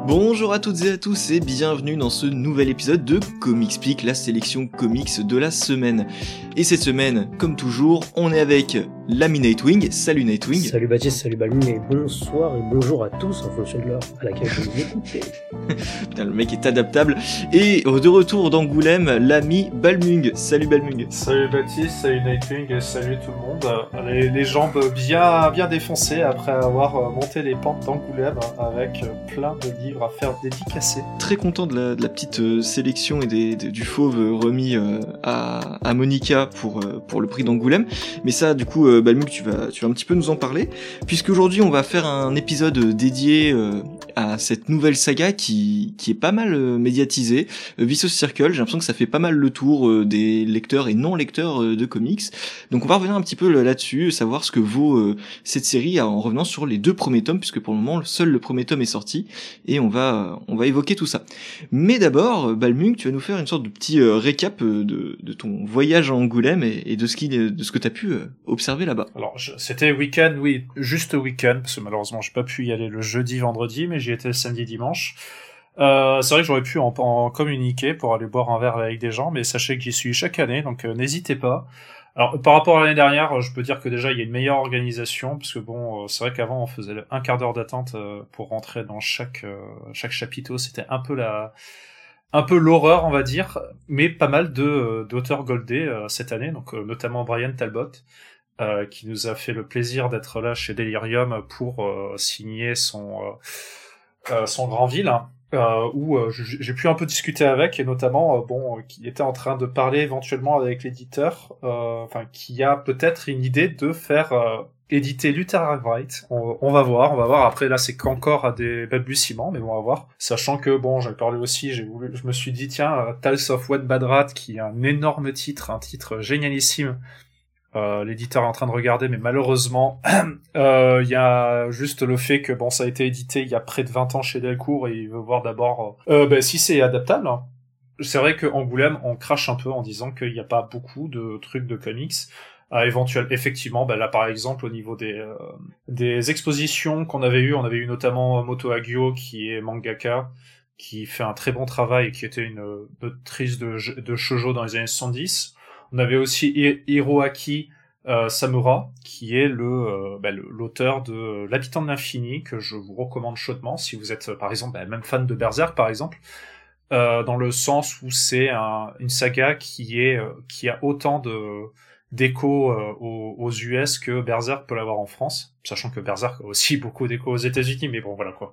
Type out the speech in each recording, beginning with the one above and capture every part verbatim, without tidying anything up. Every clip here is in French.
Bonjour à toutes et à tous et bienvenue dans ce nouvel épisode de Comicspeak, la sélection comics de la semaine. Et cette semaine, comme toujours, on est avec l'ami Nightwing. Salut Nightwing. Salut Baptiste, salut Balmung et bonsoir et bonjour à tous en fonction de l'heure à laquelle vous nous écoutez. Putain, le mec est adaptable. Et de retour d'Angoulême, l'ami Balmung. Salut Balmung. Salut Baptiste, salut Nightwing, salut tout le monde. Les, les jambes bien, bien défoncées après avoir monté les pentes d'Angoulême avec plein de livres à faire dédicacer. Très content de la, de la petite euh, sélection et des, de, du fauve euh, remis euh, à, à Monica pour, euh, pour le prix d'Angoulême. Mais ça, du coup, euh, Balmung, tu vas, tu vas un petit peu nous en parler, puisqu'aujourd'hui, on va faire un épisode dédié euh, à cette nouvelle saga qui, qui est pas mal euh, médiatisée, euh, Vicious Circle. J'ai l'impression que ça fait pas mal le tour euh, des lecteurs et non-lecteurs euh, de comics. Donc on va revenir un petit peu là-dessus, savoir ce que vaut euh, cette série en revenant sur les deux premiers tomes, puisque pour le moment, seul le premier tome est sorti, et on va, on va évoquer tout ça. Mais d'abord, Balmung, tu vas nous faire une sorte de petit euh, récap euh, de, de ton voyage à Angoulême et, et de ce qui, de ce que tu as pu euh, observer là-bas. Alors, je, c'était week-end, oui, juste week-end, parce que malheureusement, j'ai pas pu y aller le jeudi, vendredi, mais j'y étais le samedi, dimanche. Euh, c'est vrai que j'aurais pu en, en communiquer pour aller boire un verre avec des gens, mais sachez que j'y suis chaque année, donc euh, n'hésitez pas. Alors, par rapport à l'année dernière, je peux dire que déjà, il y a une meilleure organisation, parce que bon, euh, c'est vrai qu'avant, on faisait un quart d'heure d'attente euh, pour rentrer dans chaque euh, chaque chapiteau, c'était un peu la... un peu l'horreur, on va dire, mais pas mal de euh, d'auteurs goldés euh, cette année, donc euh, notamment Brian Talbot, euh, qui nous a fait le plaisir d'être là chez Delirium pour euh, signer son euh, euh, son Grand Ville, hein, euh, où euh, j'ai pu un peu discuter avec, et notamment, euh, bon, euh, qui était en train de parler éventuellement avec l'éditeur, euh, enfin, qui a peut-être une idée de faire euh, éditer Luther Wright. On, on va voir, on va voir. Après, là, c'est qu'encore à des balbutiements, mais bon, on va voir. Sachant que, bon, j'avais parlé aussi, j'ai voulu, je me suis dit, tiens, uh, Tales of One Bad Rat, qui est un énorme titre, un titre génialissime. Euh, l'éditeur est en train de regarder, mais malheureusement, il euh, y a juste le fait que, bon, ça a été édité il y a près de vingt ans chez Delcourt, et il veut voir d'abord, euh, ben, si c'est adaptable. C'est vrai que Angoulême, on crache un peu en disant qu'il n'y a pas beaucoup de trucs de comics. Euh, éventuel, effectivement, bah là par exemple au niveau des euh, des expositions qu'on avait eues, on avait eu notamment Moto Hagio qui est mangaka, qui fait un très bon travail et qui était une, une autrice de de shoujo dans les années soixante-dix. On avait aussi Hiroaki euh, Samura qui est le, euh, bah, le l'auteur de L'Habitant de l'Infini, que je vous recommande chaudement si vous êtes par exemple bah, même fan de Berserk par exemple. Euh, dans le sens où c'est un, une saga qui est euh, qui a autant de d'écho euh, aux, aux U S que Berserk peut l'avoir en France, sachant que Berserk a aussi beaucoup d'écho aux États-Unis, mais bon voilà quoi.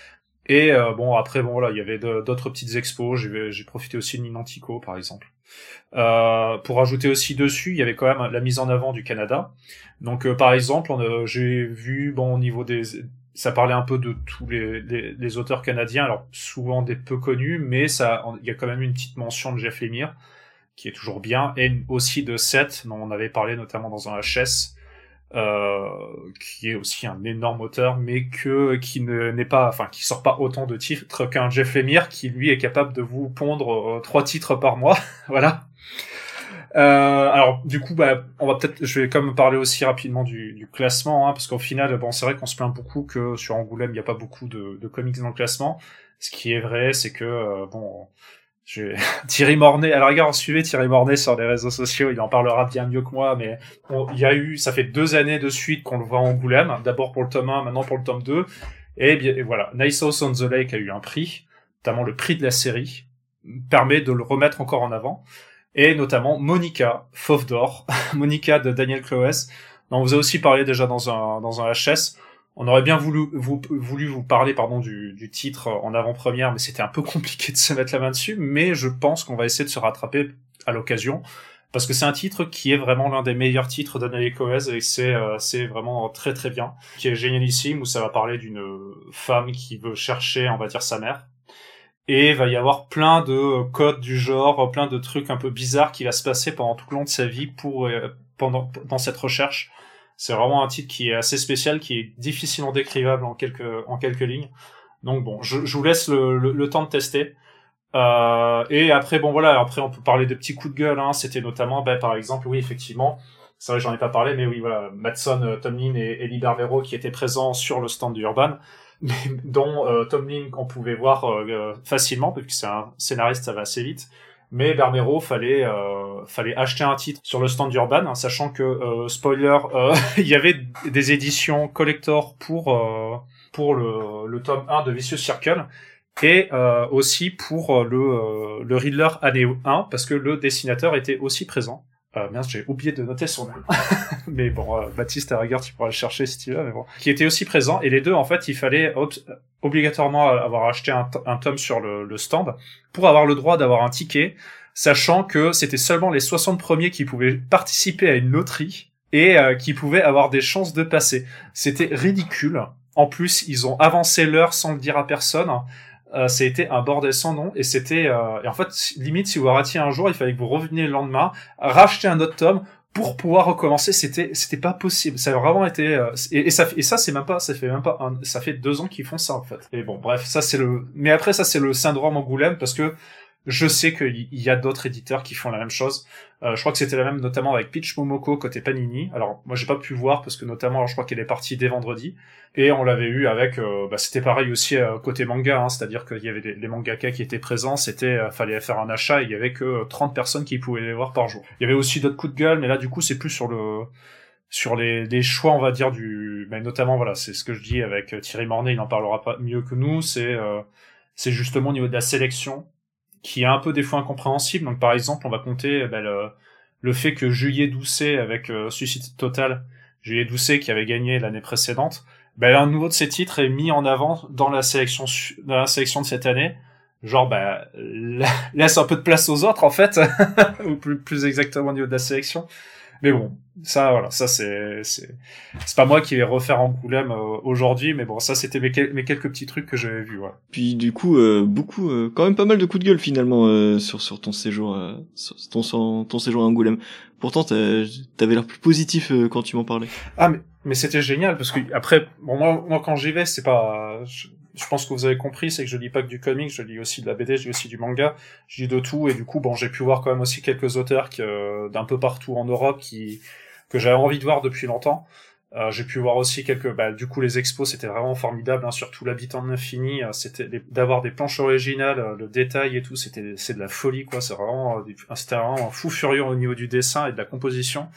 Et euh, bon après bon voilà, il y avait de, d'autres petites expos, j'ai, j'ai profité aussi de Ninantico par exemple. Euh, pour ajouter aussi dessus, il y avait quand même la mise en avant du Canada. Donc euh, par exemple, on a, j'ai vu bon au niveau des, ça parlait un peu de tous les, les, les auteurs canadiens, alors souvent des peu connus, mais ça, il y a quand même une petite mention de Jeff Lemire, qui est toujours bien, et aussi de Seth, dont on avait parlé notamment dans un H S, euh, qui est aussi un énorme auteur, mais que qui ne n'est pas, enfin qui sort pas autant de titres qu'un Jeff Lemire, qui lui est capable de vous pondre euh, trois titres par mois, voilà. Euh, alors du coup, bah, on va peut-être, je vais quand même parler aussi rapidement du, du classement, hein, parce qu'au final, bon, c'est vrai qu'on se plaint beaucoup que sur Angoulême, il n'y a pas beaucoup de, de comics dans le classement. Ce qui est vrai, c'est que euh, bon. Je... Thierry Mornay, alors regarde, suivez Thierry Mornay sur les réseaux sociaux, il en parlera bien mieux que moi, mais bon, il y a eu, ça fait deux années de suite qu'on le voit en Angoulême, d'abord pour le tome un, maintenant pour le tome deux, et bien, et voilà, Nice House on the Lake a eu un prix, notamment le prix de la série, permet de le remettre encore en avant, et notamment Monica, Fauve d'Or, Monica de Daniel Clowes, dont on vous a aussi parlé déjà dans un, dans un H S. On aurait bien voulu vous, voulu vous parler pardon du, du titre en avant-première, mais c'était un peu compliqué de se mettre la main dessus, mais je pense qu'on va essayer de se rattraper à l'occasion, parce que c'est un titre qui est vraiment l'un des meilleurs titres d'Anaïe Coez, et c'est, euh, c'est vraiment très très bien, qui est génialissime, où ça va parler d'une femme qui veut chercher, on va dire, sa mère, et il va y avoir plein de codes du genre, plein de trucs un peu bizarres qui va se passer pendant tout le long de sa vie pour, euh, pendant, dans cette recherche. C'est vraiment un titre qui est assez spécial, qui est difficilement décrivable en quelques en quelques lignes. Donc bon, je, je vous laisse le, le, le temps de tester. Euh, et après bon voilà, après on peut parler de petits coups de gueule. Hein. C'était notamment, ben, par exemple, oui effectivement, c'est vrai que j'en ai pas parlé, mais oui voilà, Madson, Tomlin et Elie Barbero qui étaient présents sur le stand du Urban. mais dont euh, Tom Ling on pouvait voir euh, facilement parce que c'est un scénariste, ça va assez vite. Mais Bermero fallait euh, fallait acheter un titre sur le stand d'Urban, hein, sachant que euh, spoiler, euh, il y avait des éditions collector pour euh, pour le le tome un de Vicious Circle et euh, aussi pour le euh, le Riddler année un parce que le dessinateur était aussi présent. Euh, merde, j'ai oublié de noter son nom. Mais bon, euh, Baptiste, à rigueur, tu pourras le chercher si tu veux, mais bon. Qui était aussi présent, et les deux, en fait, il fallait ob- obligatoirement avoir acheté un, t- un tome sur le, le stand pour avoir le droit d'avoir un ticket, sachant que c'était seulement les soixante premiers qui pouvaient participer à une loterie et euh, qui pouvaient avoir des chances de passer. C'était ridicule. En plus, ils ont avancé l'heure sans le dire à personne. Euh, ça a été un bordel sans nom et c'était euh, et en fait limite si vous ratiez un jour il fallait que vous reveniez le lendemain racheter un autre tome pour pouvoir recommencer. C'était c'était pas possible, ça a vraiment été euh, et, et ça et ça c'est même pas ça fait même pas un, ça fait deux ans qu'ils font ça en fait. Et bon bref, ça c'est le mais après ça c'est le syndrome Angoulême parce que je sais qu'il y a d'autres éditeurs qui font la même chose. Euh, je crois que c'était la même notamment avec Peach Momoko côté Panini. Alors moi j'ai pas pu voir parce que notamment alors, je crois qu'elle est partie dès vendredi. Et on l'avait eu avec, euh, bah, c'était pareil aussi euh, côté manga, hein, c'est-à-dire qu'il y avait des, les mangaka qui étaient présents, c'était, euh, fallait faire un achat, et il y avait que trente personnes qui pouvaient les voir par jour. Il y avait aussi d'autres coups de gueule, mais là du coup c'est plus sur le, sur les, les choix on va dire du, mais notamment voilà, c'est ce que je dis avec Thierry Mornay, il en parlera pas mieux que nous, c'est, euh, c'est justement au niveau de la sélection qui est un peu des fois incompréhensible. Donc par exemple on va compter bah, le, le fait que Juillet Doucet avec euh, Suicide Total, Juillet Doucet qui avait gagné l'année précédente. Ben, un nouveau de ces titres est mis en avant dans la sélection, dans la sélection de cette année. Genre, ben, laisse un peu de place aux autres, en fait. Ou plus, plus exactement au niveau de la sélection. Mais bon, ça, voilà, ça, c'est, c'est, c'est pas moi qui vais refaire Angoulême euh, aujourd'hui, mais bon, ça, c'était mes, mes quelques petits trucs que j'avais vus, voilà. Puis, du coup, euh, beaucoup, euh, quand même pas mal de coups de gueule, finalement, euh, sur, sur ton séjour, euh, sur ton, ton séjour à Angoulême. Pourtant, t'avais l'air plus positif euh, quand tu m'en parlais. Ah, mais, mais c'était génial, parce que, après, bon, moi, moi, quand j'y vais, c'est pas, je, je pense que vous avez compris, c'est que je lis pas que du comic, je lis aussi de la B D, je lis aussi du manga, je lis de tout, et du coup, bon, j'ai pu voir quand même aussi quelques auteurs qui, euh, d'un peu partout en Europe qui, que j'avais envie de voir depuis longtemps. Euh, j'ai pu voir aussi quelques, bah, du coup, les expos, c'était vraiment formidable, hein, surtout l'habitant de l'infini, euh, c'était des, d'avoir des planches originales, euh, le détail et tout, c'était, c'est de la folie, quoi, c'est vraiment, euh, c'était vraiment un fou furieux au niveau du dessin et de la composition.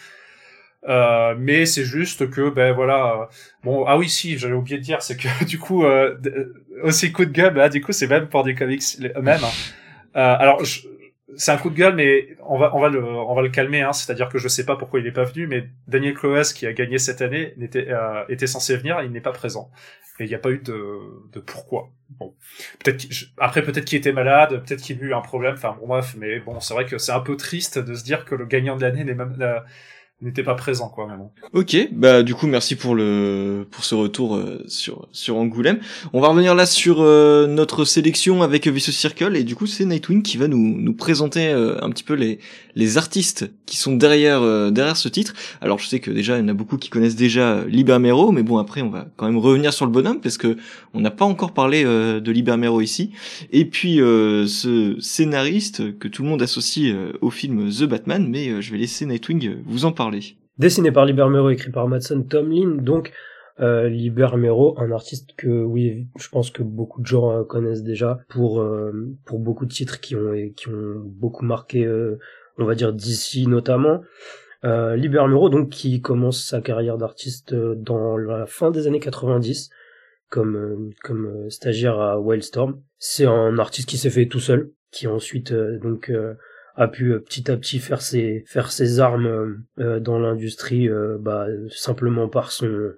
Euh, mais c'est juste que, ben voilà, euh, bon, ah oui, si, j'avais oublié de dire, c'est que, du coup, euh, aussi coup de gueule, bah, du coup, c'est même pour des comics eux-mêmes, hein. Euh, alors, je, c'est un coup de gueule, mais on va, on va le, on va le calmer, hein. C'est-à-dire que je sais pas pourquoi il est pas venu, mais Daniel Cloès, qui a gagné cette année, n'était, euh, était censé venir, il n'est pas présent. Et il n'y a pas eu de, de pourquoi. Bon. Peut-être, après, peut-être qu'il était malade, peut-être qu'il a eu un problème, enfin, bon, bref, mais bon, c'est vrai que c'est un peu triste de se dire que le gagnant de l'année n'est même, euh, n'était pas présent, quoi, mais bon. Ok, bah du coup merci pour le pour ce retour euh, sur sur Angoulême. On va revenir là sur euh, notre sélection avec Vicious Circle et du coup c'est Nightwing qui va nous nous présenter euh, un petit peu les les artistes qui sont derrière euh, derrière ce titre. Alors je sais que déjà il y en a beaucoup qui connaissent déjà Libermero, mais bon après on va quand même revenir sur le bonhomme parce que on n'a pas encore parlé euh, de Libermero ici. Et puis euh, ce scénariste que tout le monde associe euh, au film The Batman, mais euh, je vais laisser Nightwing vous en parler. Dessiné par Libermero, écrit par Madsen Tomlin, donc euh, Libermero, un artiste que oui, je pense que beaucoup de gens euh, connaissent déjà pour euh, pour beaucoup de titres qui ont qui ont beaucoup marqué, euh, on va dire D C notamment. Euh, Libermero donc qui commence sa carrière d'artiste dans la fin des années quatre-vingt-dix comme euh, comme euh, stagiaire à Wildstorm. C'est un artiste qui s'est fait tout seul, qui ensuite euh, donc euh, a pu euh, petit à petit faire ses faire ses armes euh, dans l'industrie, euh, bah simplement par son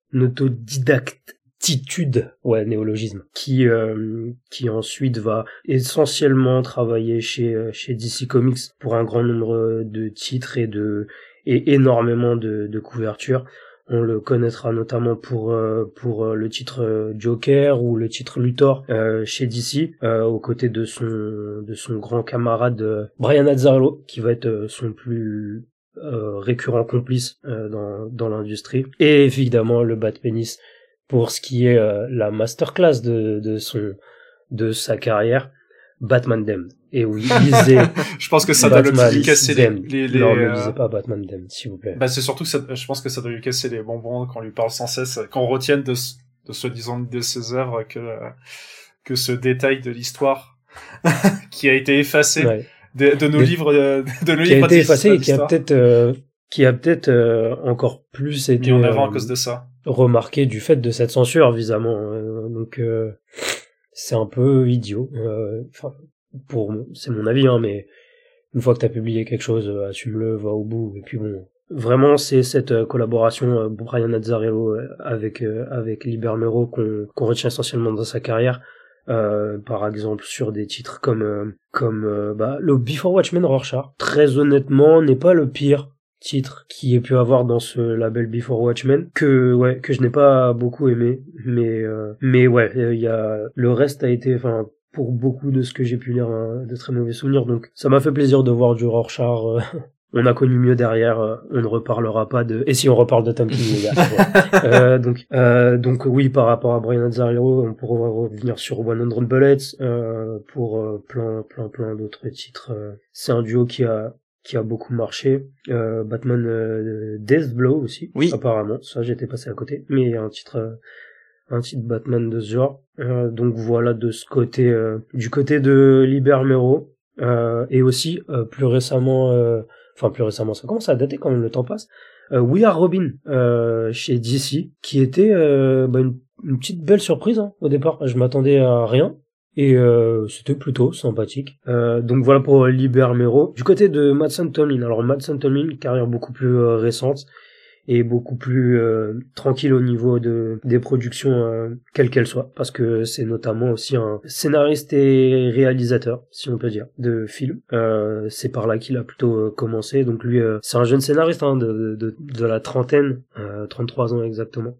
autodidactitude, ouais, néologisme, qui euh, qui ensuite va essentiellement travailler chez chez D C Comics pour un grand nombre de titres et de et énormément de de couvertures. On le connaîtra notamment pour euh, pour euh, le titre euh, Joker ou le titre Luthor euh, chez D C, euh, aux côtés de son de son grand camarade euh, Brian Azzarello, qui va être euh, son plus euh, récurrent complice euh, dans dans l'industrie, et évidemment le Bat Penis pour ce qui est euh, la masterclass de de son de sa carrière, Batman Damned. Et oui, lisez. Je pense que ça doit Batman lui casser les, les, les, non, ne euh... lisez pas Batman Damned, s'il vous plaît. Bah, c'est surtout que ça, je pense que ça doit lui casser les bonbons quand on lui parle sans cesse, qu'on retienne de, de soi-disant de ses œuvres que que ce détail de l'histoire qui a été effacé Ouais. de, de nos Mais- livres de, de nos Qui a livres été effacé et qui a d'histoire, peut-être, euh, qui a peut-être euh, encore plus été mis en avant euh, à cause de ça. remarqué du fait de cette censure, évidemment. Euh, donc euh, c'est un peu idiot. Euh, Enfin, pour c'est mon avis, hein, mais une fois que t'as publié quelque chose, euh, assume-le, va au bout. Et puis bon, vraiment, c'est cette euh, collaboration euh, Brian Azzarello euh, avec euh, avec Libermero qu'on qu'on retient essentiellement dans sa carrière. Euh, par exemple sur des titres comme euh, comme euh, bah le Before Watchmen Rorschach, très honnêtement n'est pas le pire titre qui ait pu avoir dans ce label Before Watchmen, que ouais que je n'ai pas beaucoup aimé, mais euh, mais ouais il y a le reste a été, enfin pour beaucoup de ce que j'ai pu lire, hein, de très mauvais souvenirs, donc ça m'a fait plaisir de voir du Rorschach. euh, On a connu mieux derrière, euh, on ne reparlera pas de... Et si on reparle de Tom King, les gars. Ouais. euh, donc, euh, donc oui, par rapport à Brian Azzarello, on pourra revenir sur one hundred Bullets, euh, pour euh, plein, plein, plein d'autres titres. Euh, c'est un duo qui a qui a beaucoup marché. Euh, Batman euh, Deathblow aussi, Oui. apparemment. Ça, j'étais passé à côté. Mais il y a un titre... Euh, un titre Batman de ce genre. Euh, donc voilà, de ce côté... Euh, du côté de Libermero. Euh, et aussi, euh, plus récemment... Euh, enfin plus récemment, ça commence à dater quand même, le temps passe, euh, We Are Robin euh, chez D C, qui était euh, bah, une, une petite belle surprise, hein, au départ. Je m'attendais à rien et euh, c'était plutôt sympathique. Euh, donc voilà pour Libermero. Du côté de Mattson Tomlin, alors Mattson Tomlin, carrière beaucoup plus euh, récente et beaucoup plus euh, tranquille au niveau de des productions, euh, quelles qu'elles soient, parce que c'est notamment aussi un scénariste et réalisateur, si on peut dire, de films. Euh, c'est par là qu'il a plutôt euh, commencé. Donc lui, euh, c'est un jeune scénariste, hein, de, de de la trentaine, euh, trente-trois ans exactement.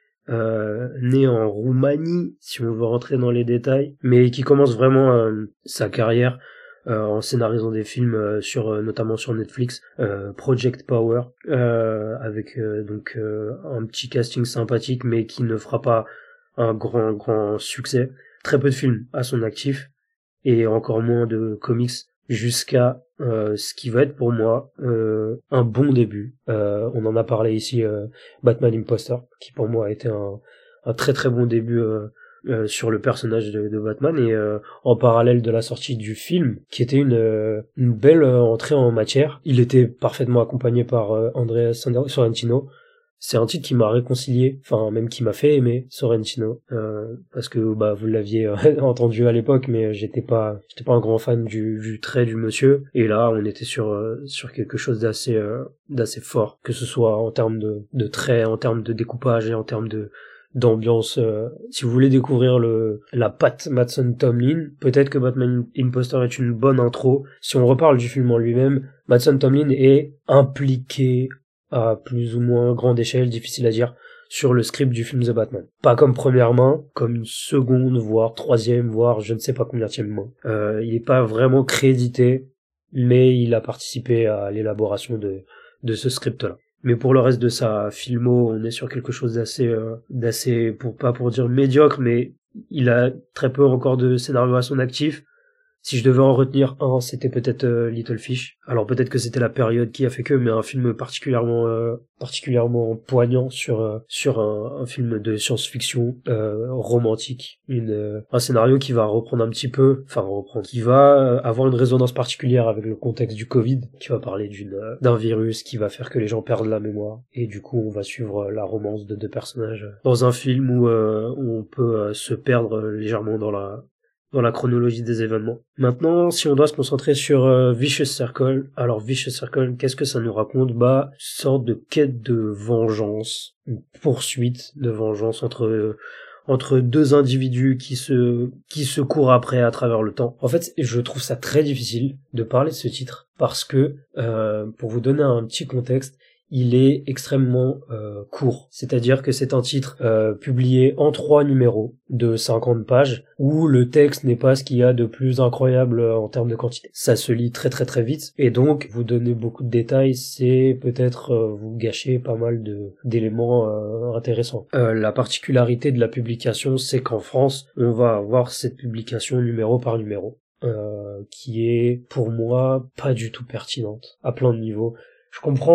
Euh, né en Roumanie, si on veut rentrer dans les détails, mais qui commence vraiment euh, sa carrière euh, en scénarisant des films euh, sur euh, notamment sur Netflix, euh, Project Power, euh, avec euh, donc euh, un petit casting sympathique, mais qui ne fera pas un grand grand succès. Très peu de films à son actif et encore moins de comics, jusqu'à euh, ce qui va être pour moi euh, un bon début. Euh, on en a parlé ici, euh, Batman Imposter, qui pour moi a été un, un très très bon début euh, euh, sur le personnage de, de Batman, et euh, en parallèle de la sortie du film, qui était une, euh, une belle euh, entrée en matière. Il était parfaitement accompagné par euh, Andrea Sorrentino. C'est un titre qui m'a réconcilié, enfin même qui m'a fait aimer Sorrentino, euh, parce que bah vous l'aviez euh, entendu à l'époque, mais j'étais pas j'étais pas un grand fan du, du trait du monsieur, et là on était sur euh, sur quelque chose d'assez euh, d'assez fort, que ce soit en termes de de traits, en termes de découpage et en termes de d'ambiance. Euh, si vous voulez découvrir le la patte Mattson Tomlin, peut-être que Batman Imposter est une bonne intro. Si on reparle du film en lui-même, Mattson Tomlin est impliqué à plus ou moins grande échelle, difficile à dire, sur le script du film The Batman. Pas comme première main, comme une seconde, voire troisième, voire je ne sais pas combienième main. Euh, il est pas vraiment crédité, mais il a participé à l'élaboration de, de ce script-là. Mais pour le reste de sa filmo, on est sur quelque chose d'assez, euh, d'assez, pour pas pour dire médiocre, mais il a très peu encore de scénario à son actif. Si je devais en retenir un, c'était peut-être euh, Little Fish. Alors peut-être que c'était la période qui a fait que, mais un film particulièrement euh, particulièrement poignant sur euh, sur un, un film de science-fiction euh, romantique, une euh, un scénario qui va reprendre un petit peu, enfin reprendre, qui va euh, avoir une résonance particulière avec le contexte du Covid, qui va parler d'une euh, d'un virus qui va faire que les gens perdent la mémoire, et du coup on va suivre euh, la romance de deux personnages dans un film où, euh, où on peut euh, se perdre euh, légèrement dans la dans la chronologie des événements. Maintenant, si on doit se concentrer sur euh, Vicious Circle, alors Vicious Circle, qu'est-ce que ça nous raconte? Bah, une sorte de quête de vengeance, une poursuite de vengeance entre euh, entre deux individus qui se qui se courent après à travers le temps. En fait, je trouve ça très difficile de parler de ce titre parce que, euh, pour vous donner un petit contexte, il est extrêmement euh, court. C'est-à-dire que c'est un titre euh, publié en trois numéros de cinquante pages, où le texte n'est pas ce qu'il y a de plus incroyable en termes de quantité. Ça se lit très très très vite, et donc vous donner beaucoup de détails, c'est peut-être euh, vous gâcher pas mal de d'éléments euh, intéressants. Euh, la particularité de la publication, c'est qu'en France, on va avoir cette publication numéro par numéro, euh, qui est pour moi pas du tout pertinente, à plein de niveaux. Je comprends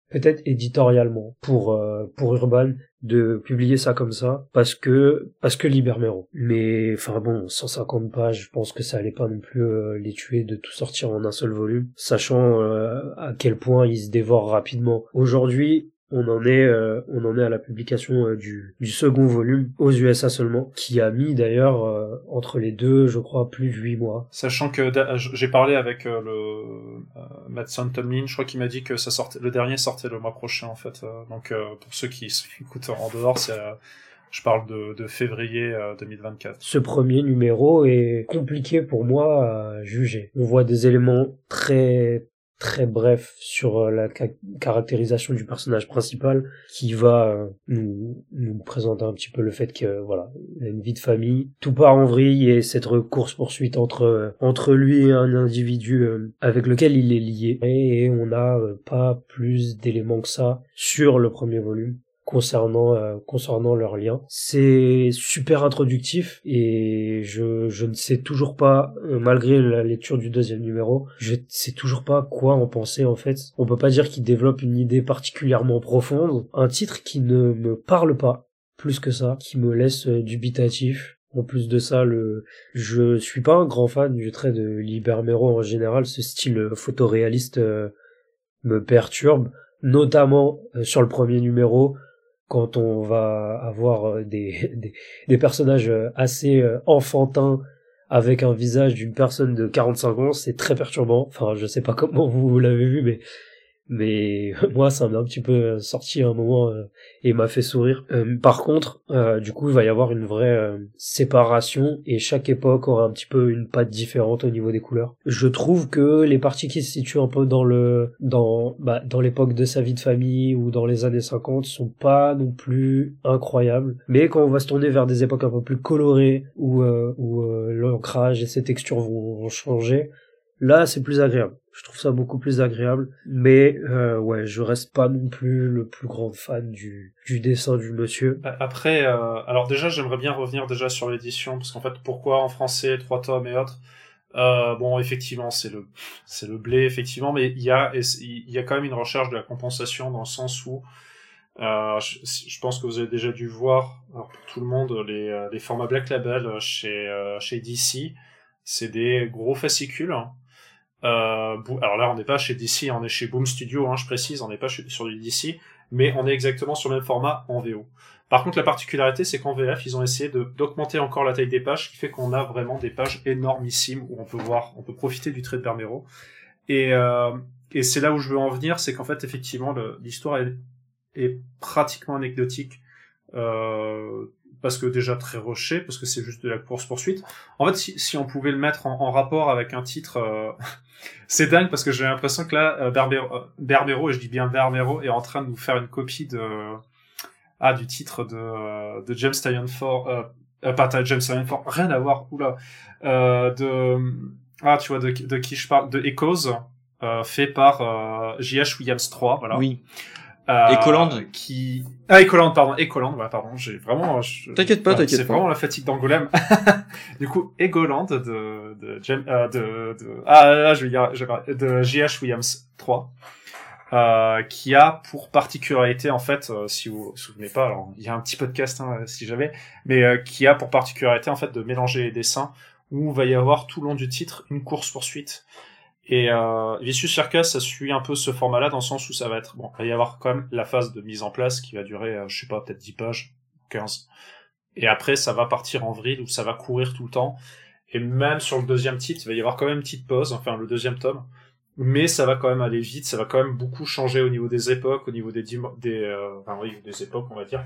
peut-être éditorialement pour euh, pour Urban de publier ça comme ça parce que parce que Libermero. Mais enfin bon, cent cinquante pages, je pense que ça allait pas non plus euh, les tuer de tout sortir en un seul volume, sachant euh, à quel point ils se dévorent rapidement. Aujourd'hui, on en est euh, on en est à la publication euh, du du second volume aux U S A seulement, qui a mis d'ailleurs euh, entre les deux, je crois, plus de huit mois. Sachant que da- j'ai parlé avec euh, le euh, Mattson Tomlin, je crois qu'il m'a dit que ça sortait, le dernier sortait le mois prochain en fait. Euh, donc euh, pour ceux qui écoutent en dehors, c'est euh, je parle de, de février euh, deux mille vingt-quatre. Ce premier numéro est compliqué pour moi à juger. On voit des éléments très très brefs sur la ca- caractérisation du personnage principal qui va euh, nous nous présenter un petit peu le fait que voilà, il a une vie de famille, tout part en vrille et cette course poursuite entre entre lui et un individu euh, avec lequel il est lié, et, et on n'a euh, pas plus d'éléments que ça sur le premier volume concernant euh, concernant leur lien. C'est super introductif et je je ne sais toujours pas, euh, malgré la lecture du deuxième numéro, je sais toujours pas quoi en penser en fait. On peut pas dire qu'il développe une idée particulièrement profonde, un titre qui ne me parle pas plus que ça, qui me laisse euh, dubitatif. En plus de ça, le, je suis pas un grand fan du trait de Libermero en général. Ce style photoréaliste euh, me perturbe, notamment euh, sur le premier numéro, quand on va avoir des, des, des personnages assez enfantins avec un visage d'une personne de quarante-cinq ans, c'est très perturbant. Enfin, je sais pas comment vous l'avez vu, mais mais moi ça m'a un petit peu sorti à un moment euh, et m'a fait sourire. Euh, par contre, euh, du coup, il va y avoir une vraie euh, séparation et chaque époque aura un petit peu une patte différente au niveau des couleurs. Je trouve que les parties qui se situent un peu dans le dans bah dans l'époque de sa vie de famille ou dans les années cinquante sont pas non plus incroyables, mais quand on va se tourner vers des époques un peu plus colorées où euh, où euh, l'ancrage et ses textures vont, vont changer, là c'est plus agréable. Je trouve ça beaucoup plus agréable, mais euh, ouais, je reste pas non plus le plus grand fan du du dessin du monsieur. Après, euh, alors déjà, j'aimerais bien revenir déjà sur l'édition, parce qu'en fait, pourquoi en français trois tomes et autres. Euh, bon, effectivement, c'est le c'est le blé, effectivement, mais il y a il y a quand même une recherche de la compensation dans le sens où euh, je, je pense que vous avez déjà dû voir, alors pour tout le monde, les les formats Black Label chez euh, chez D C, c'est des gros fascicules. Euh, alors là, on n'est pas chez D C, on est chez Boom Studio, hein, je précise, on n'est pas sur du D C, mais on est exactement sur le même format en V O. Par contre, la particularité, c'est qu'en V F, ils ont essayé de, d'augmenter encore la taille des pages, ce qui fait qu'on a vraiment des pages énormissimes où on peut voir, on peut profiter du trait de Bermero. Et, euh, et c'est là où je veux en venir, c'est qu'en fait, effectivement, le, l'histoire est, est pratiquement anecdotique. Euh, parce que déjà très rushé, parce que c'est juste de la course-poursuite. En fait, si, si on pouvait le mettre en, en rapport avec un titre, euh, c'est dingue, parce que j'ai l'impression que là, euh, Berbero, euh, Berbero, et je dis bien Berbero, est en train de nous faire une copie de ah du titre de, de James Tynion Ford, euh, euh, pas James Tynion Ford, rien à voir, oula, euh, de ah tu vois de, de qui je parle, de Echoes, euh, fait par euh, J H Williams trois, voilà. Oui. Euh, Ecoland. Qui... Ah, Ecoland, pardon, Ecoland, voilà, pardon, j'ai vraiment... Je... T'inquiète pas, ouais, t'inquiète c'est pas. vraiment la fatigue d'Angoulême. Du coup, Egoland de, de, James, euh, de, de, ah, là, je vais dire, je vais parler, de J H Williams trois, euh, qui a pour particularité, en fait, euh, si vous vous souvenez pas, alors, il y a un petit podcast, hein, si j'avais, mais euh, qui a pour particularité, en fait, de mélanger les dessins, où il va y avoir tout le long du titre une course-poursuite. Et euh, Vicious Circus, ça suit un peu ce format-là, dans le sens où ça va être... Bon, il va y avoir quand même la phase de mise en place qui va durer, euh, je sais pas, peut-être dix pages, quinze. Et après, ça va partir en vrille, où ça va courir tout le temps. Et même sur le deuxième titre, il va y avoir quand même une petite pause, enfin le deuxième tome. Mais ça va quand même aller vite, ça va quand même beaucoup changer au niveau des époques, au niveau des... Dim- des euh, enfin oui, des époques, on va dire.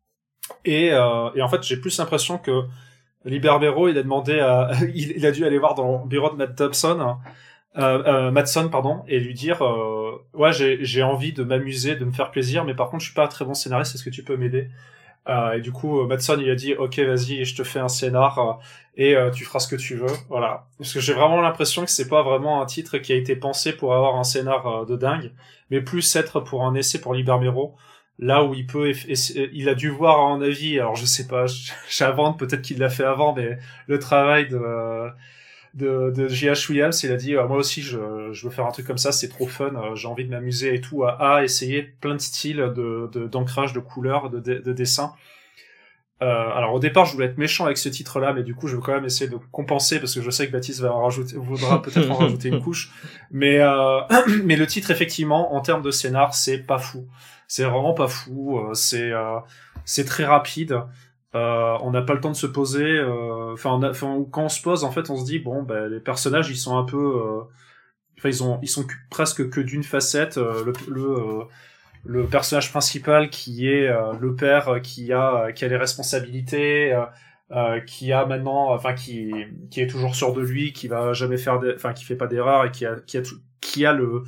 Et, euh, et en fait, j'ai plus l'impression que Libermero, il a demandé à... il, il a dû aller voir dans le bureau de Matt Dobson... Hein, Euh, euh, Mattson, pardon, et lui dire euh, ouais, j'ai j'ai envie de m'amuser, de me faire plaisir, mais par contre je suis pas un très bon scénariste, est-ce que tu peux m'aider? Euh, et du coup Mattson il a dit ok, vas-y, je te fais un scénar euh, et euh, tu feras ce que tu veux, voilà. Parce que j'ai vraiment l'impression que c'est pas vraiment un titre qui a été pensé pour avoir un scénar euh, de dingue, mais plus être pour un essai pour Libermero, là où il peut eff- eff- il a dû voir en avis, alors je sais pas, j'invente, peut-être qu'il l'a fait avant, mais le travail de euh, de, de J H. Williams. Il a dit, euh, moi aussi, je, je veux faire un truc comme ça, c'est trop fun, euh, j'ai envie de m'amuser et tout, à, à essayer plein de styles de, de, d'ancrage, de couleurs, de, de, de dessin. Euh, alors au départ, je voulais être méchant avec ce titre-là, mais du coup, je vais quand même essayer de compenser parce que je sais que Baptiste va en rajouter, voudra peut-être en rajouter une couche. Mais euh, mais le titre, effectivement, en termes de scénar, c'est pas fou. C'est vraiment pas fou. Euh, c'est euh, c'est très rapide. Euh, on n'a pas le temps de se poser. Enfin, euh, quand on se pose, en fait, on se dit bon, ben les personnages, ils sont un peu, euh, enfin, ils ont ils sont presque que d'une facette. Euh, le le euh, le personnage principal qui est euh, le père qui a qui a les responsabilités, euh, euh, qui a maintenant, enfin qui qui est toujours sûr de lui, qui va jamais faire, enfin qui fait pas d'erreur et qui a qui a qui a le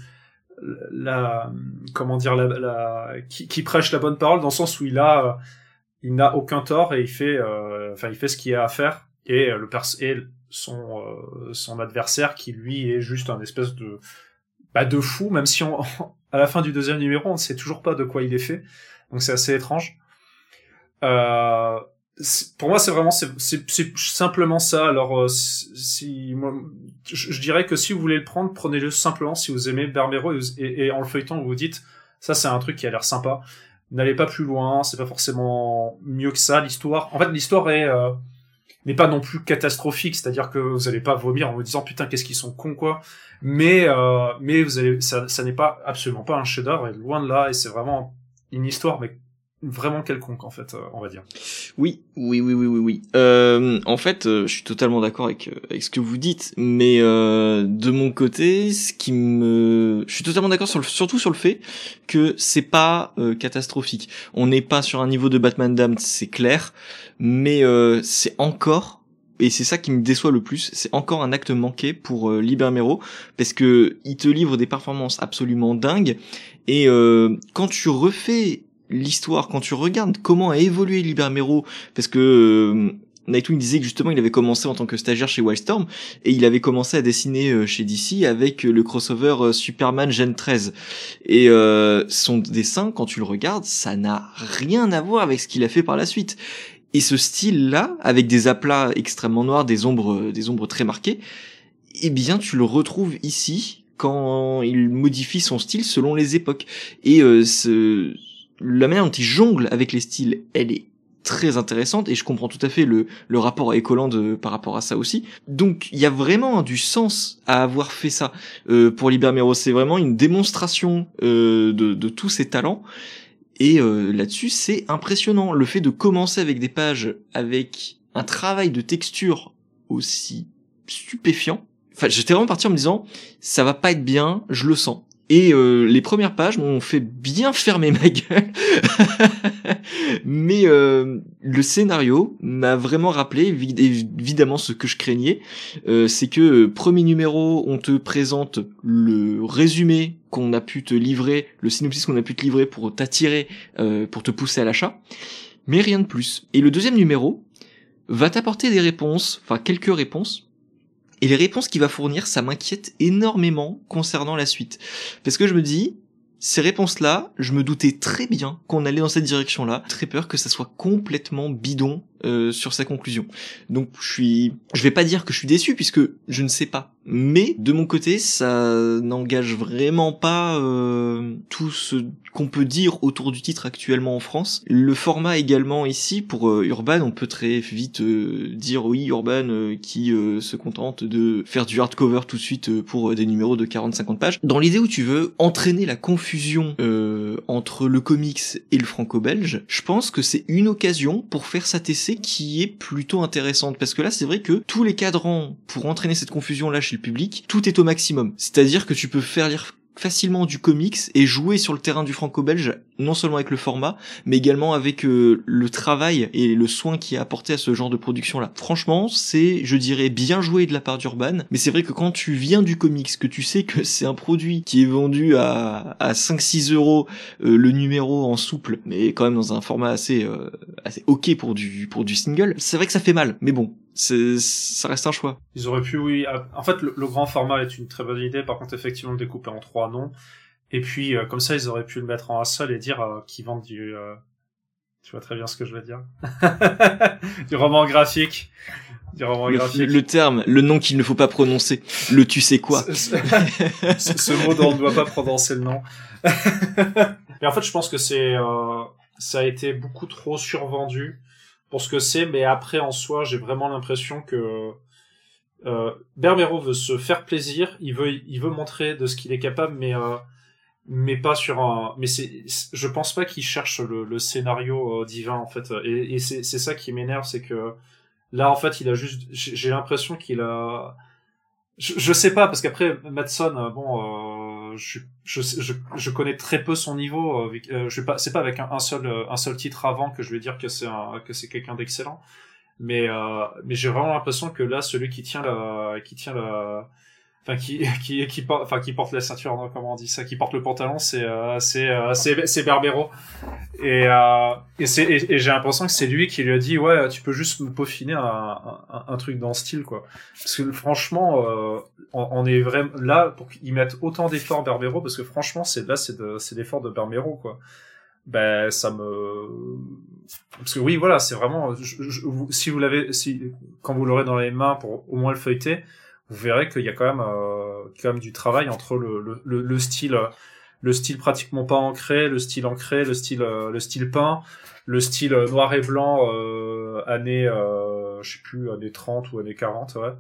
la comment dire la, la qui, qui prêche la bonne parole dans le sens où il a il n'a aucun tort et il fait enfin euh, il fait ce qu'il a à faire et le pers et son euh, son adversaire qui lui est juste un espèce de bah de fou, même si on à la fin du deuxième numéro, on ne sait toujours pas de quoi il est fait. Donc c'est assez étrange. Euh, pour moi, c'est vraiment, c'est, c'est, c'est simplement ça. Alors, euh, si, moi, je, je dirais que si vous voulez le prendre, prenez-le simplement si vous aimez Bermero et, et, et en le feuilletant, vous vous dites, ça c'est un truc qui a l'air sympa. N'allez pas plus loin, c'est pas forcément mieux que ça. L'histoire, en fait, l'histoire est, euh, n'est pas non plus catastrophique, c'est-à-dire que vous allez pas vomir en vous disant putain qu'est-ce qu'ils sont cons quoi, mais euh, mais vous allez ça, ça n'est pas absolument pas un chef-d'œuvre et loin de là et c'est vraiment une histoire mais vraiment quelconque en fait, euh, on va dire. Oui, oui, oui, oui, oui, oui. Euh, en fait, euh, je suis totalement d'accord avec euh, avec ce que vous dites, mais euh, de mon côté, ce qui me, je suis totalement d'accord sur le, surtout sur le fait que c'est pas euh, catastrophique. On n'est pas sur un niveau de Batman Damned, c'est clair, mais euh, c'est encore, et c'est ça qui me déçoit le plus, c'est encore un acte manqué pour euh, Lee Bermero, parce que il te livre des performances absolument dingues, et euh, quand tu refais l'histoire, quand tu regardes comment a évolué Lee Bermero, parce que euh, Nightwing disait que justement il avait commencé en tant que stagiaire chez Wildstorm et il avait commencé à dessiner euh, chez D C avec euh, le crossover euh, Superman Gen treize et euh, son dessin quand tu le regardes ça n'a rien à voir avec ce qu'il a fait par la suite et ce style là avec des aplats extrêmement noirs, des ombres des ombres très marquées, eh bien tu le retrouves ici quand il modifie son style selon les époques et euh, ce la manière dont il jongle avec les styles, elle est très intéressante et je comprends tout à fait le, le rapport à Ecoland euh, par rapport à ça aussi. Donc il y a vraiment du sens à avoir fait ça euh, pour Lee Bermero. C'est vraiment une démonstration euh, de, de tous ses talents et euh, là-dessus c'est impressionnant. Le fait de commencer avec des pages avec un travail de texture aussi stupéfiant. Enfin j'étais vraiment parti en me disant ça va pas être bien, je le sens. Et euh, les premières pages m'ont fait bien fermer ma gueule. Mais euh, le scénario m'a vraiment rappelé évidemment ce que je craignais. Euh, c'est que premier numéro, on te présente le résumé qu'on a pu te livrer, le synopsis qu'on a pu te livrer pour t'attirer, euh, pour te pousser à l'achat. Mais rien de plus. Et le deuxième numéro va t'apporter des réponses, enfin quelques réponses. Et les réponses qu'il va fournir, ça m'inquiète énormément concernant la suite. Parce que je me dis, ces réponses-là, je me doutais très bien qu'on allait dans cette direction-là. Très peur que ça soit complètement bidon euh, sur sa conclusion. Donc je suis, je vais pas dire que je suis déçu puisque je ne sais pas. Mais de mon côté, ça n'engage vraiment pas euh, tout ce qu'on peut dire autour du titre actuellement en France. Le format également ici pour euh, Urban, on peut très vite euh, dire oui Urban euh, qui euh, se contente de faire du hardcover tout de suite euh, pour euh, des numéros de quarante à cinquante pages. Dans l'idée où tu veux entraîner la confusion euh, entre le comics et le franco-belge, je pense que c'est une occasion pour faire cet essai qui est plutôt intéressante parce que là c'est vrai que tous les cadrans pour entraîner cette confusion là chez le public, tout est au maximum. C'est-à-dire que tu peux faire lire facilement du comics et jouer sur le terrain du franco-belge, non seulement avec le format, mais également avec euh, le travail et le soin qui est apporté à ce genre de production-là. Franchement, c'est, je dirais, bien joué de la part d'Urban, mais c'est vrai que quand tu viens du comics, que tu sais que c'est un produit qui est vendu à, à cinq six euros euh, le numéro en souple, mais quand même dans un format assez, euh, assez ok pour du, pour du single, c'est vrai que ça fait mal, mais bon. C'est, ça reste un choix. Ils auraient pu, oui. En fait, le, le grand format est une très bonne idée. Par contre, effectivement, le découper en trois, non. Et puis, euh, comme ça, ils auraient pu le mettre en un seul et dire euh, qu'ils vendent du... Euh... Tu vois très bien ce que je veux dire. Du roman graphique. du roman le, graphique. le terme, le nom qu'il ne faut pas prononcer, le tu sais quoi. Ce, ce, ce mot dont on ne doit pas prononcer le nom. Mais en fait, je pense que c'est, euh, ça a été beaucoup trop survendu pour ce que c'est, mais après, en soi, j'ai vraiment l'impression que euh, Berbero veut se faire plaisir, il veut, il veut montrer de ce qu'il est capable, mais euh, mais pas sur un, mais c'est, je pense pas qu'il cherche le, le scénario euh, divin en fait, et, et c'est, c'est ça qui m'énerve, c'est que là en fait il a juste, j'ai, j'ai l'impression qu'il a, je, je sais pas parce qu'après Madsen, bon, euh, je, je je je connais très peu son niveau, euh, euh, je vais pas, c'est pas avec un, un seul un seul titre avant que je vais dire que c'est un, que c'est quelqu'un d'excellent, mais euh, mais j'ai vraiment l'impression que là celui qui tient la, qui tient la Enfin, qui, qui, qui porte, enfin, qui porte la ceinture, non, comment on dit ça, qui porte le pantalon, c'est, euh, c'est, euh, c'est, c'est Berbero. Et, euh, et c'est, et, et j'ai l'impression que c'est lui qui lui a dit, ouais, tu peux juste me peaufiner un, un, un truc dans ce style, quoi. Parce que, franchement, euh, on, on est vraiment là pour qu'ils mettent autant d'efforts Berbero, parce que franchement, c'est, là, c'est de, c'est l'effort de Berbero, quoi. Ben, ça me, parce que oui, voilà, c'est vraiment, je, je, si vous l'avez, si, quand vous l'aurez dans les mains pour au moins le feuilleter, vous verrez qu'il y a quand même, euh, quand même du travail entre le, le, le, le style, le style pratiquement pas ancré, le style ancré, le style, euh, le style peint, le style noir et blanc, euh, années, euh, je sais plus, années trente ou années quarante, ouais,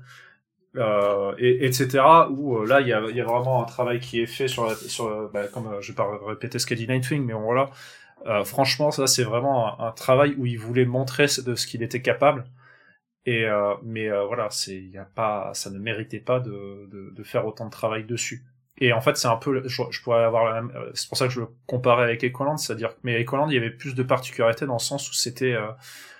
euh, et, etc. Où euh, là, il y a, il y a vraiment un travail qui est fait sur, la, sur, bah, comme euh, je vais pas répéter ce qu'a dit Nightwing, mais bon, voilà. Euh, franchement, ça c'est vraiment un, un travail où il voulait montrer de ce qu'il était capable. Et euh, mais euh, voilà, c'est il y a pas, ça ne méritait pas de, de de faire autant de travail dessus. Et en fait, c'est un peu, je, je pourrais avoir la même, c'est pour ça que je le comparais avec Ecoland, c'est-à-dire que mais Ecoland, il y avait plus de particularités dans le sens où c'était, euh,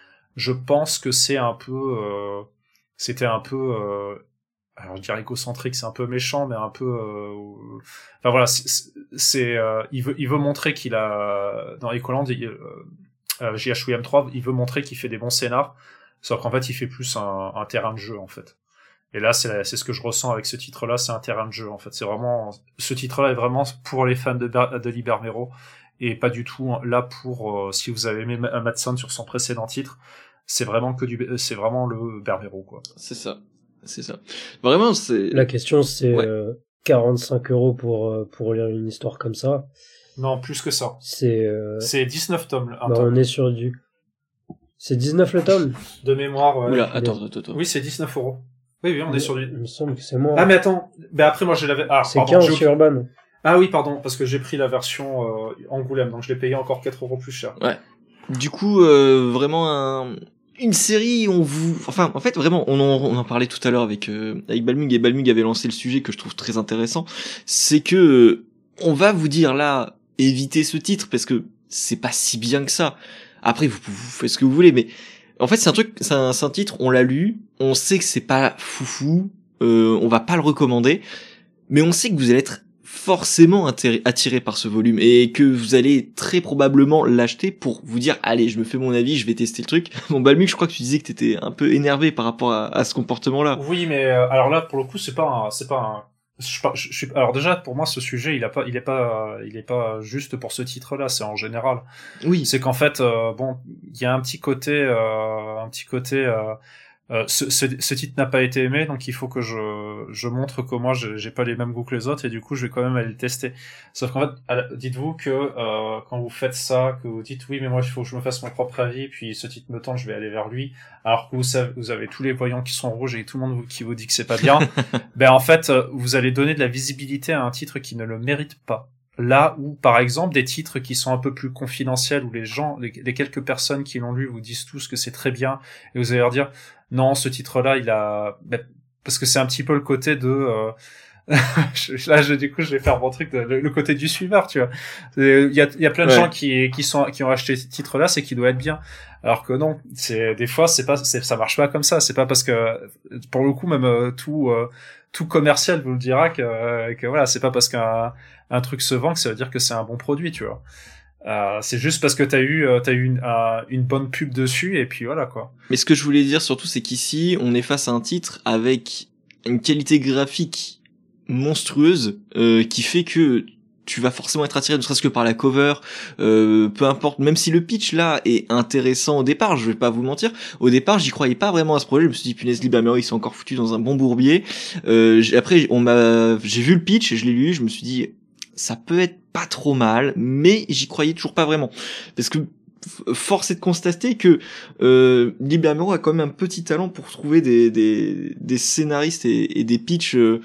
je pense que c'est un peu, euh, c'était un peu, euh, alors je dirais égocentrique, c'est un peu méchant, mais un peu, euh, enfin voilà, c'est, c'est euh, il veut il veut montrer qu'il a dans Ecoland, euh, euh, J H W M trois, il veut montrer qu'il fait des bons scénars. Sauf qu'en fait, il fait plus un, un terrain de jeu, en fait. Et là, c'est, la, c'est ce que je ressens avec ce titre-là, c'est un terrain de jeu, en fait. C'est vraiment, ce titre-là est vraiment pour les fans de, de Lee Berbero, et pas du tout là pour, euh, si vous avez aimé Madsen sur son précédent titre, c'est vraiment que du, c'est vraiment le Berbero, quoi. C'est ça. C'est ça. Vraiment, c'est... La question, c'est, ouais. euh, quarante-cinq euros pour, euh, pour lire une histoire comme ça. Non, plus que ça. C'est, euh... c'est dix-neuf tomes, un bah, tome. on est sur du, c'est dix-neuf le tome? De mémoire, ouais. Oula, attends, attends, attends. Oui, c'est dix-neuf euros. Oui, oui, on est sur du... Il me semble que c'est moi. Ah, mais attends. Ben après, moi, je l'avais, ah, c'est quinze chez Urban. Ah oui, pardon, parce que j'ai pris la version, euh, Angoulême, donc je l'ai payé encore quatre euros plus cher. Ouais. Du coup, euh, vraiment un, une série, on vous, enfin, en fait, vraiment, on en, on en parlait tout à l'heure avec, euh, avec Balmung, et Balmung avait lancé le sujet que je trouve très intéressant. C'est que, euh, on va vous dire là, évitez ce titre, parce que c'est pas si bien que ça. Après, vous, vous faites ce que vous voulez, mais, en fait, c'est un truc, c'est un, c'est un titre, on l'a lu, on sait que c'est pas foufou, euh, on va pas le recommander, mais on sait que vous allez être forcément attiré par ce volume et que vous allez très probablement l'acheter pour vous dire allez, je me fais mon avis, je vais tester le truc. Bon, Balmung, je crois que tu disais que t'étais un peu énervé par rapport à, à ce comportement-là. Oui, mais euh, alors là, pour le coup, c'est pas un, c'est pas un, je, je, je, alors déjà, pour moi, ce sujet, il a pas, il est pas, il est pas juste pour ce titre-là, c'est en général. Oui. C'est qu'en fait, euh, bon, il y a un petit côté, euh, un petit côté, euh, Euh, ce, ce, ce titre n'a pas été aimé, donc il faut que je, je montre que moi j'ai, j'ai pas les mêmes goûts que les autres, et du coup je vais quand même aller le tester. Sauf qu'en fait, dites-vous que euh, quand vous faites ça, que vous dites oui mais moi il faut que je me fasse mon propre avis, puis ce titre me tente, je vais aller vers lui, alors que vous savez, vous avez tous les voyants qui sont rouges et tout le monde qui vous dit que c'est pas bien, ben en fait vous allez donner de la visibilité à un titre qui ne le mérite pas. Là où, par exemple, des titres qui sont un peu plus confidentiels, où les gens, les, les quelques personnes qui l'ont lu vous disent tous que c'est très bien, et vous allez leur dire, non, ce titre-là, il a, ben, parce que c'est un petit peu le côté de, euh... là, je, du coup, je vais faire mon truc de, le, le côté du suiveur, tu vois. Il y a, il y a plein de ouais. gens qui, qui sont, qui ont acheté ce titre-là, c'est qu'il doit être bien. Alors que non, c'est, des fois, c'est pas, c'est, ça marche pas comme ça. C'est pas parce que, pour le coup, même, euh, tout, euh, tout commercial vous le dira que, euh, que voilà, c'est pas parce qu'un, un truc se vend que ça veut dire que c'est un bon produit, tu vois. Euh, c'est juste parce que t'as eu euh, t'as eu une, euh, une bonne pub dessus et puis voilà quoi. Mais ce que je voulais dire surtout, c'est qu'ici on est face à un titre avec une qualité graphique monstrueuse euh, qui fait que tu vas forcément être attiré, ne serait-ce que par la cover, euh, peu importe, même si le pitch là est intéressant au départ, je vais pas vous mentir, au départ j'y croyais pas vraiment à ce projet, je me suis dit punaise, Libermero ils sont encore foutus dans un bon bourbier. Euh, après on m'a, j'ai vu le pitch et je l'ai lu, je me suis dit ça peut être pas trop mal, mais j'y croyais toujours pas vraiment, parce que force est de constater que euh, Libermero a quand même un petit talent pour trouver des des, des scénaristes et, et des pitchs euh,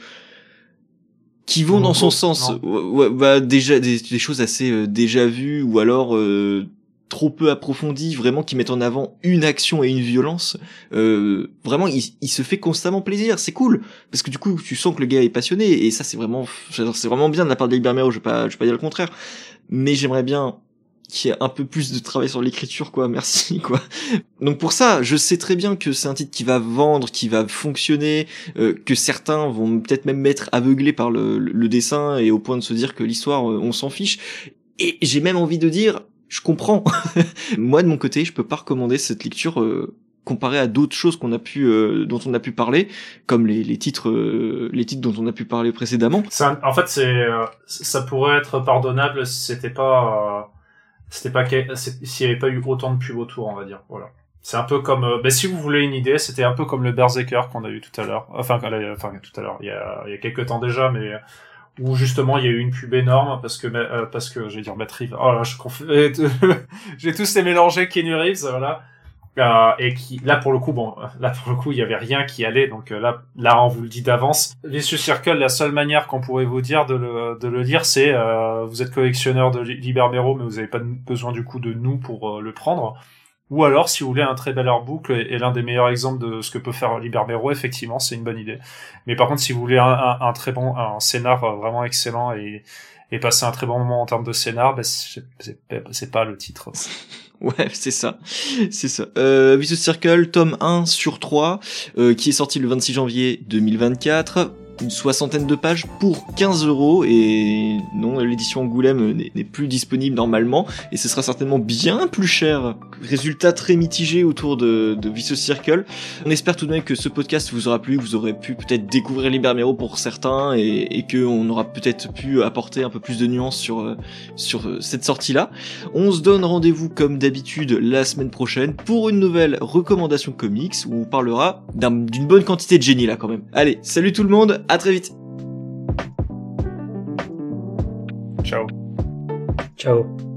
qui vont dans son sens. Ouais, ouais, bah déjà des, des choses assez euh, déjà vues ou alors euh, trop peu approfondies, vraiment qui mettent en avant une action et une violence. Euh, vraiment, il, il se fait constamment plaisir. C'est cool parce que du coup, tu sens que le gars est passionné et ça, c'est vraiment, c'est vraiment bien de la part de Libermero. Je vais pas, je vais pas dire le contraire, mais j'aimerais bien qu'il y ait un peu plus de travail sur l'écriture, quoi. Merci, quoi. Donc pour ça, je sais très bien que c'est un titre qui va vendre, qui va fonctionner, euh, que certains vont peut-être même être aveuglés par le, le dessin et au point de se dire que l'histoire, euh, on s'en fiche. Et j'ai même envie de dire, je comprends. Moi, de mon côté, je peux pas recommander cette lecture euh, comparée à d'autres choses qu'on a pu, euh, dont on a pu parler, comme les, les titres, euh, les titres dont on a pu parler précédemment. Un, en fait, c'est, euh, ça pourrait être pardonnable si c'était pas. Euh... C'était pas s'il y avait pas eu autant de pubs autour, on va dire. Voilà. C'est un peu comme euh, ben si vous voulez une idée, c'était un peu comme le Berserker qu'on a eu tout à l'heure. Enfin, enfin tout à l'heure, il y a il y a quelques temps déjà, mais où justement il y a eu une pub énorme parce que euh, parce que je vais dire Matt Reeves. Oh là, je conf... j'ai tous les mélangés Keanu Reeves, voilà. Euh, et qui là pour le coup bon là pour le coup il y avait rien qui allait, donc euh, là là on vous le dit d'avance. Vicious Circle, la seule manière qu'on pourrait vous dire de le de le lire, c'est euh, vous êtes collectionneur de Libermero mais vous avez pas besoin du coup de nous pour euh, le prendre, ou alors si vous voulez un très bel artbook et, et l'un des meilleurs exemples de ce que peut faire Libermero, effectivement c'est une bonne idée. Mais par contre si vous voulez un, un, un très bon un scénar vraiment excellent et et passer un très bon moment en termes de scénar, ben c'est, c'est, c'est pas le titre. Ouais, c'est ça, c'est ça. Euh, Vicious Circle, tome un sur trois, euh, qui est sorti le vingt-six janvier deux mille vingt-quatre. Une soixantaine de pages pour quinze euros, et non, l'édition Angoulême n'est, n'est plus disponible normalement, et ce sera certainement bien plus cher. Résultat très mitigé autour de, de Vicious Circle. On espère tout de même que ce podcast vous aura plu, que vous aurez pu peut-être découvrir Libermero pour certains, et, et qu'on aura peut-être pu apporter un peu plus de nuances sur, sur cette sortie-là. On se donne rendez-vous comme d'habitude la semaine prochaine pour une nouvelle recommandation comics où on parlera d'un, d'une bonne quantité de génie là quand même. Allez, salut tout le monde! À très vite. Ciao. Ciao.